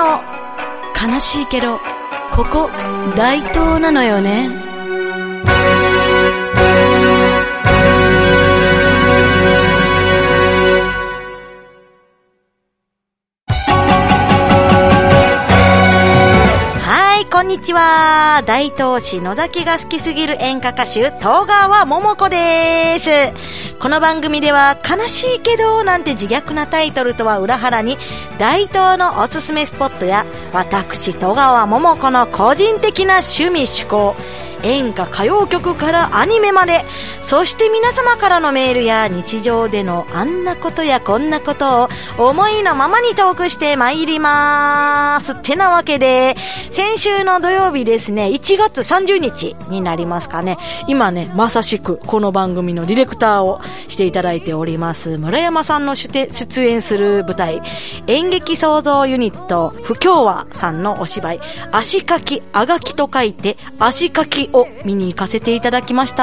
の悲しいけどここ大東なのよね。こんにちは。大東市野崎が好きすぎる演歌歌手東川桃子です。この番組では悲しいけどなんて自虐なタイトルとは裏腹に大東のおすすめスポットや私東川桃子の個人的な趣味趣向、演歌歌謡曲からアニメまで、そして皆様からのメールや日常でのあんなことやこんなことを思いのままにトークしてまいりますってなわけで、先週の土曜日ですね、1月30日になりますかね。今ね、まさしくこの番組のディレクターをしていただいております村山さんの出演する舞台、演劇創造ユニット不協和さんのお芝居、足かきあがきと書いて足かきを見に行かせていただきました。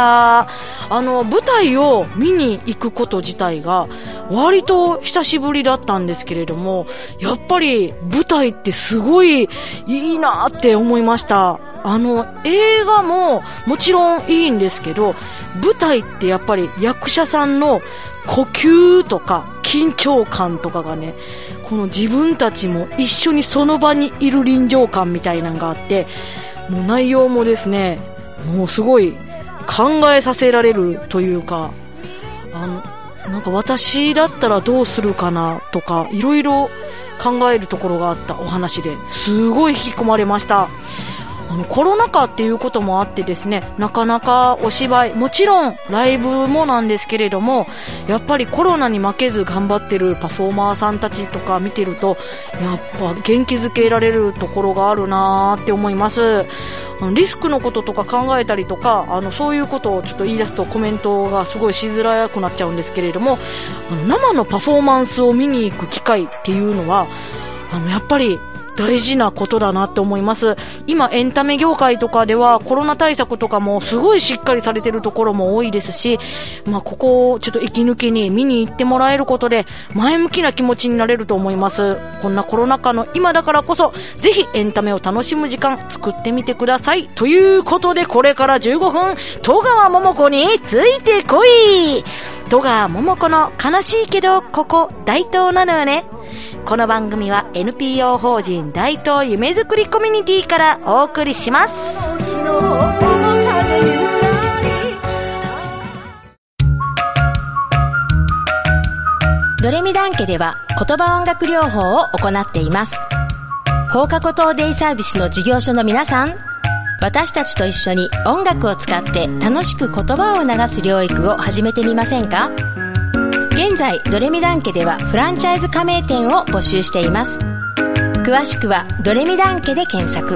舞台を見に行くこと自体が割と久しぶりだったんですけれども、やっぱり舞台ってすごいいいなって思いました。映画ももちろんいいんですけど、舞台ってやっぱり役者さんの呼吸とか緊張感とかがね、この自分たちも一緒にその場にいる臨場感みたいなのがあって、もう内容もですね、もうすごい考えさせられるというか、なんか私だったらどうするかなとかいろいろ考えるところがあったお話ですごい引き込まれました。コロナ禍っていうこともあってですね、なかなかお芝居、もちろんライブもなんですけれども、やっぱりコロナに負けず頑張ってるパフォーマーさんたちとか見てると、やっぱ元気づけられるところがあるなーって思います。リスクのこととか考えたりとか、そういうことをちょっと言い出すとコメントがすごいしづらくなっちゃうんですけれども、生のパフォーマンスを見に行く機会っていうのは、やっぱり大事なことだなって思います。今エンタメ業界とかではコロナ対策とかもすごいしっかりされてるところも多いですし、ここをちょっと息抜きに見に行ってもらえることで前向きな気持ちになれると思います。こんなコロナ禍の今だからこそ、ぜひエンタメを楽しむ時間作ってみてください。ということで、これから15分戸川桃子についてこい。戸川桃子の悲しいけどここ大東なのよね。この番組は NPO 法人大東夢づくりコミュニティからお送りします。 ドレミダン家では言葉音楽療法を行っています。放課後等デイサービスの事業所の皆さん、私たちと一緒に音楽を使って楽しく言葉を流す療育を始めてみませんか？現在ドレミダン家ではフランチャイズ加盟店を募集しています。詳しくはドレミダン家で検索。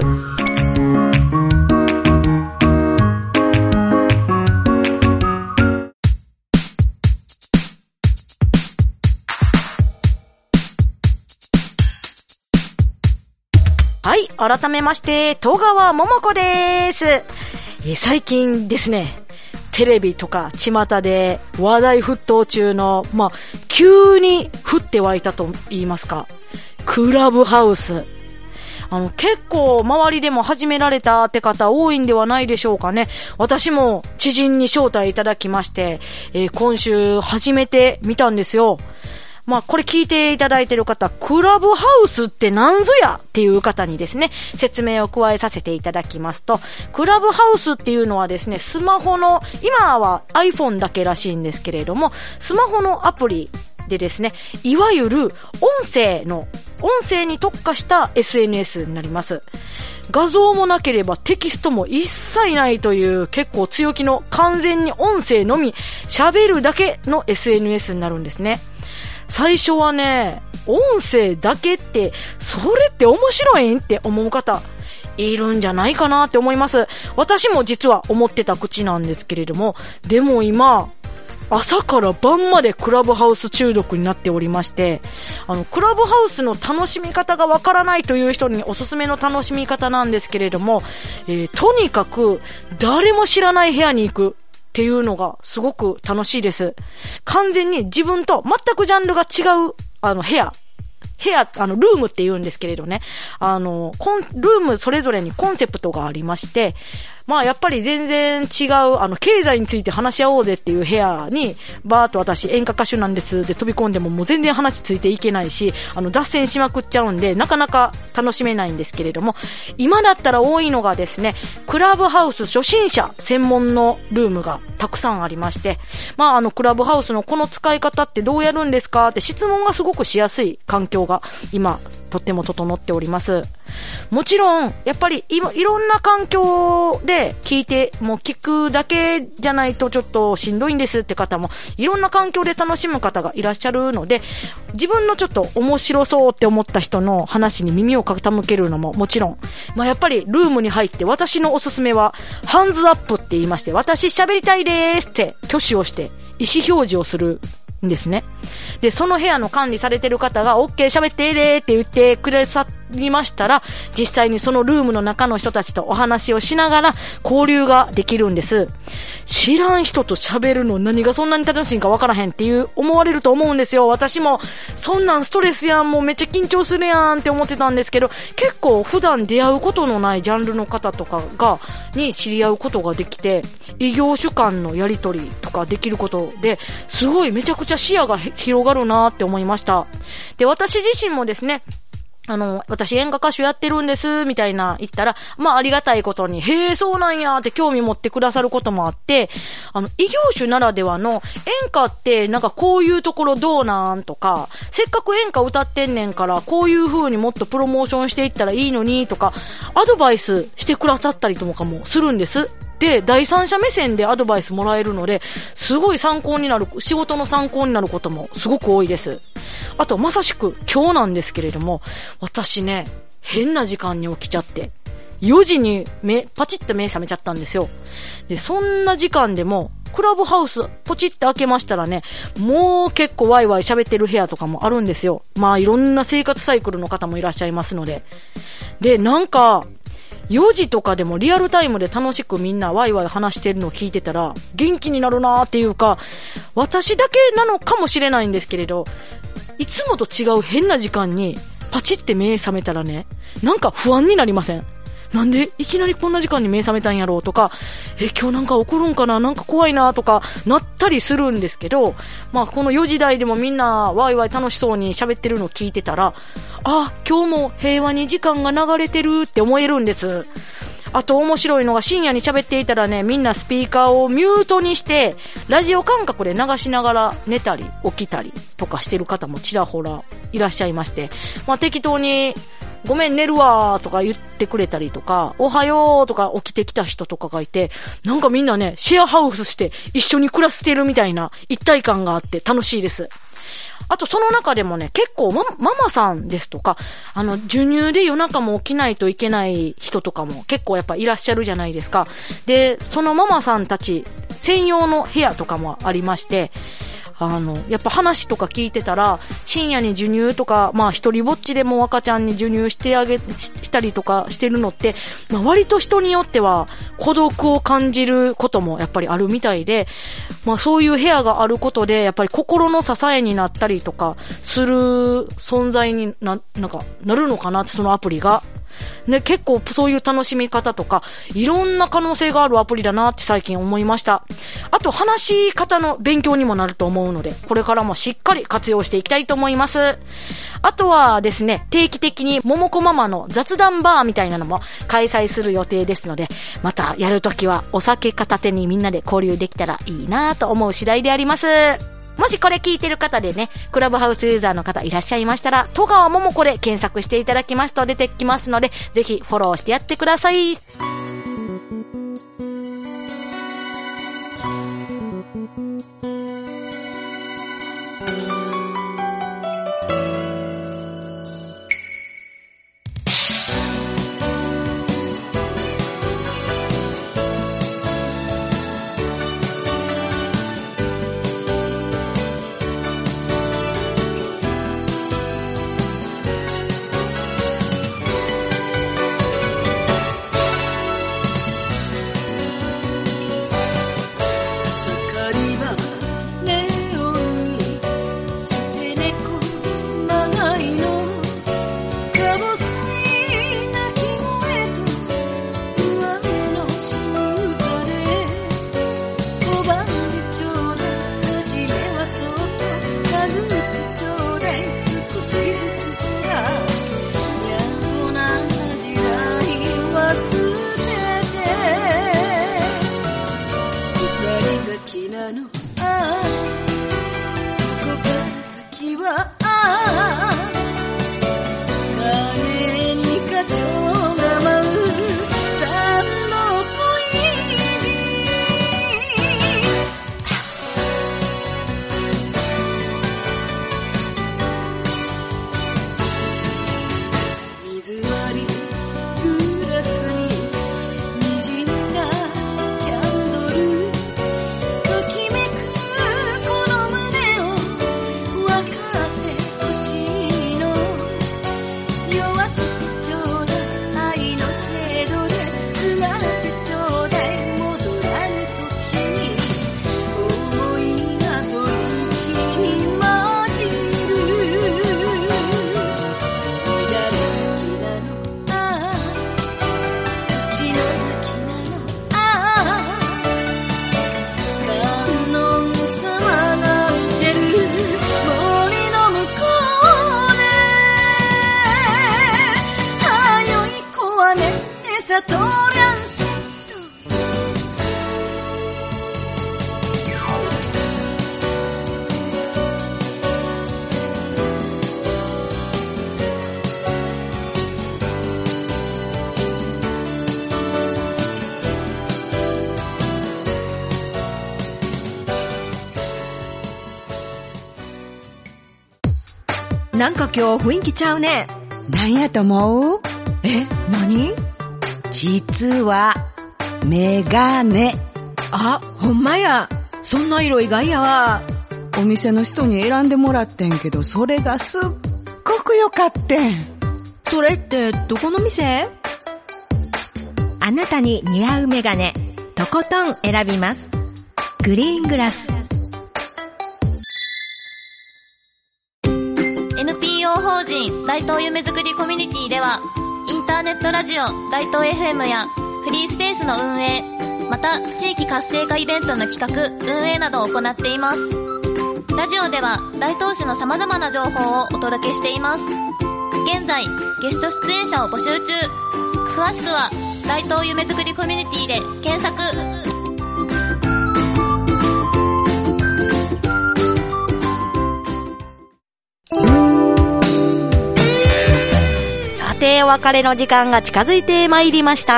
はい、改めまして戸川桃子です。最近ですね、テレビとか巷で話題沸騰中の、急に降って湧いたと言いますか、クラブハウス。結構周りでも始められたって方多いんではないでしょうかね。私も知人に招待いただきまして、今週始めてみたんですよ。これ聞いていただいている方、クラブハウスってなんぞやっていう方にですね、説明を加えさせていただきますと、クラブハウスっていうのはですね、スマホの、今は iPhone だけらしいんですけれども、スマホのアプリでですね、いわゆる音声に特化した SNS になります。画像もなければテキストも一切ないという結構強気の完全に音声のみ喋るだけの SNS になるんですね。最初はね、音声だけってそれって面白いんって思う方いるんじゃないかなって思います。私も実は思ってた口なんですけれども、でも今朝から晩までクラブハウス中毒になっておりまして、クラブハウスの楽しみ方がわからないという人におすすめの楽しみ方なんですけれども、とにかく誰も知らない部屋に行くっていうのがすごく楽しいです。完全に自分と全くジャンルが違う部部屋、ルームって言うんですけれどね、ルームそれぞれにコンセプトがありまして、まあやっぱり全然違う、経済について話し合おうぜっていう部屋に、バーっと私演歌歌手なんですで飛び込んでももう全然話ついていけないし、脱線しまくっちゃうんで、なかなか楽しめないんですけれども、今だったら多いのがですね、クラブハウス初心者専門のルームがたくさんありまして、まあクラブハウスのこの使い方ってどうやるんですかって質問がすごくしやすい環境が今、とっても整っております。もちろん、やっぱりいろんな環境で聞いて、もう聞くだけじゃないとちょっとしんどいんですって方も、いろんな環境で楽しむ方がいらっしゃるので、自分のちょっと面白そうって思った人の話に耳を傾けるのももちろん、まあやっぱりルームに入って私のおすすめは、ハンズアップって言いまして、私喋りたいですって挙手をして意思表示をするんですね。で、その部屋の管理されてる方が OK 喋ってーれーって言ってくださりましたら、実際にそのルームの中の人たちとお話をしながら交流ができるんです。知らん人と喋るの何がそんなに楽しいんかわからへんっていう思われると思うんですよ。私もそんなんストレスやん、もうめっちゃ緊張するやんって思ってたんですけど、結構普段出会うことのないジャンルの方とかに知り合うことができて、異業種間のやりとりとかできることで、すごいめちゃくちゃ視野が広がるなって思いました。で、私自身もですね、私演歌歌手やってるんです、みたいな言ったら、まあありがたいことに、へえ、そうなんやって興味持ってくださることもあって、異業種ならではの演歌ってなんかこういうところどうなんとか、せっかく演歌歌ってんねんからこういう風にもっとプロモーションしていったらいいのにとか、アドバイスしてくださったりとかもするんです。で、第三者目線でアドバイスもらえるので、すごい参考になる、仕事の参考になることもすごく多いです。あと、まさしく今日なんですけれども、私ね、変な時間に起きちゃって、4時にパチッと目覚めちゃったんですよ。で、そんな時間でも、クラブハウスポチッと開けましたらね、もう結構ワイワイ喋ってる部屋とかもあるんですよ。まあいろんな生活サイクルの方もいらっしゃいますので。で、なんか、4時とかでもリアルタイムで楽しくみんなワイワイ話してるのを聞いてたら元気になるなーっていうか、私だけなのかもしれないんですけれど、いつもと違う変な時間にパチって目覚めたらね、なんか不安になりません？なんでいきなりこんな時間に目覚めたんやろうとか、今日なんか起こるんかな、なんか怖いなとかなったりするんですけど、まあこの4時台でもみんなワイワイ楽しそうに喋ってるのを聞いてたら、あ、今日も平和に時間が流れてるって思えるんです。あと面白いのが深夜に喋っていたらね、みんなスピーカーをミュートにして、ラジオ感覚で流しながら寝たり起きたりとかしてる方もちらほらいらっしゃいまして、まあ適当にごめん寝るわーとか言ってくれたりとか、おはようとか起きてきた人とかがいて、なんかみんなね、シェアハウスして一緒に暮らしてるみたいな一体感があって楽しいです。あとその中でもね、結構ママさんですとか、授乳で夜中も起きないといけない人とかも結構やっぱいらっしゃるじゃないですか。で、そのママさんたち専用の部屋とかもありまして、やっぱ話とか聞いてたら、深夜に授乳とか、まあ一人ぼっちでも赤ちゃんに授乳したりとかしてるのって、まあ割と人によっては孤独を感じることもやっぱりあるみたいで、まあそういう部屋があることで、やっぱり心の支えになったりとかする存在になるのかなって、そのアプリが。ね、結構そういう楽しみ方とかいろんな可能性があるアプリだなって最近思いました。あと話し方の勉強にもなると思うので、これからもしっかり活用していきたいと思います。あとはですね、定期的にももこママの雑談バーみたいなのも開催する予定ですので、またやるときはお酒片手にみんなで交流できたらいいなと思う次第であります。もしこれ聞いてる方でね、クラブハウスユーザーの方いらっしゃいましたら、戸川桃子で検索していただきますと出てきますので、ぜひフォローしてやってください。 先なの、ここから先は影に花鳥が舞う三の恋水割りグラスに滲んだキャンドル、ときめくこの胸を分かってほしいの、弱せてちょうだい愛のシェードですがってちょうだい、戻らぬ時に思いがと息に混じる、乱れ時なの血の先なの観音様が見てる森の向こうで、はよい子はねさとらんせなんか今日雰囲気ちゃうね。 なんやと思う？ 何？ 実はメガネ。 あ、ほんまや。そんな色意外やわ。 お店の人に選んでもらってんけど、それがすっごく良かってん。 それってどこの店？ あなたに似合うメガネ、とことん選びます。グリーングラス。 NPO 法人大東夢づくりコミュニティでは、インターネットラジオ大東 FM やフリースペースの運営、また地域活性化イベントの企画・運営などを行っています。ラジオでは大東市の様々な情報をお届けしています。現在ゲスト出演者を募集中。詳しくは大東夢づくりコミュニティで検索。 さて、お別れの時間が近づいてまいりました。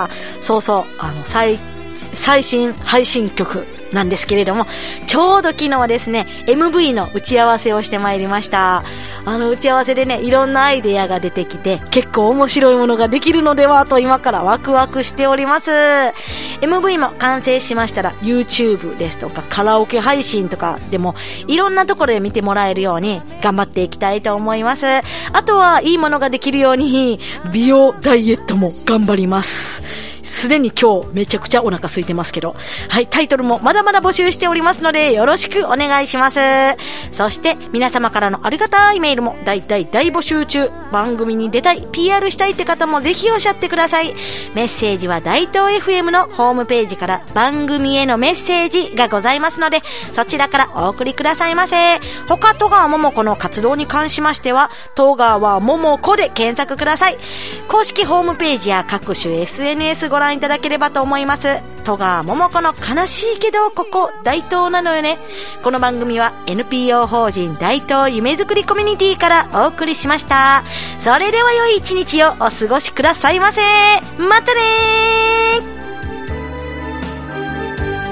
そうそう、最新配信曲なんですけれども、ちょうど昨日ですね、MV の打ち合わせをしてまいりました。打ち合わせでね、いろんなアイデアが出てきて、結構面白いものができるのではと今からワクワクしております。MV も完成しましたら、YouTube ですとかカラオケ配信とかでもいろんなところで見てもらえるように頑張っていきたいと思います。あとはいいものができるように美容ダイエットも頑張ります。すでに今日めちゃくちゃお腹空いてますけど、はい、タイトルもまだまだ募集しておりますのでよろしくお願いします。そして皆様からのありがたいメールも大募集中。番組に出たい、 PR したいって方もぜひおっしゃってください。メッセージは大東 FM のホームページから番組へのメッセージがございますので、そちらからお送りくださいませ。他戸川桃子の活動に関しましては、戸川桃子で検索ください。公式ホームページや各種 SNS ご覧いただければと思います。戸川桃子の悲しいけどここ大東なのよね。この番組は NPO 法人大東夢づくりコミュニティからお送りしました。それでは良い一日をお過ごしくださいませ。またね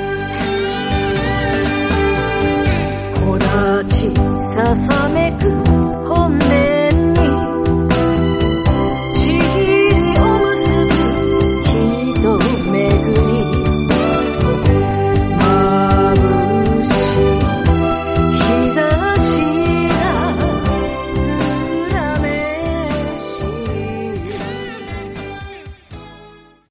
ー。木立ささめく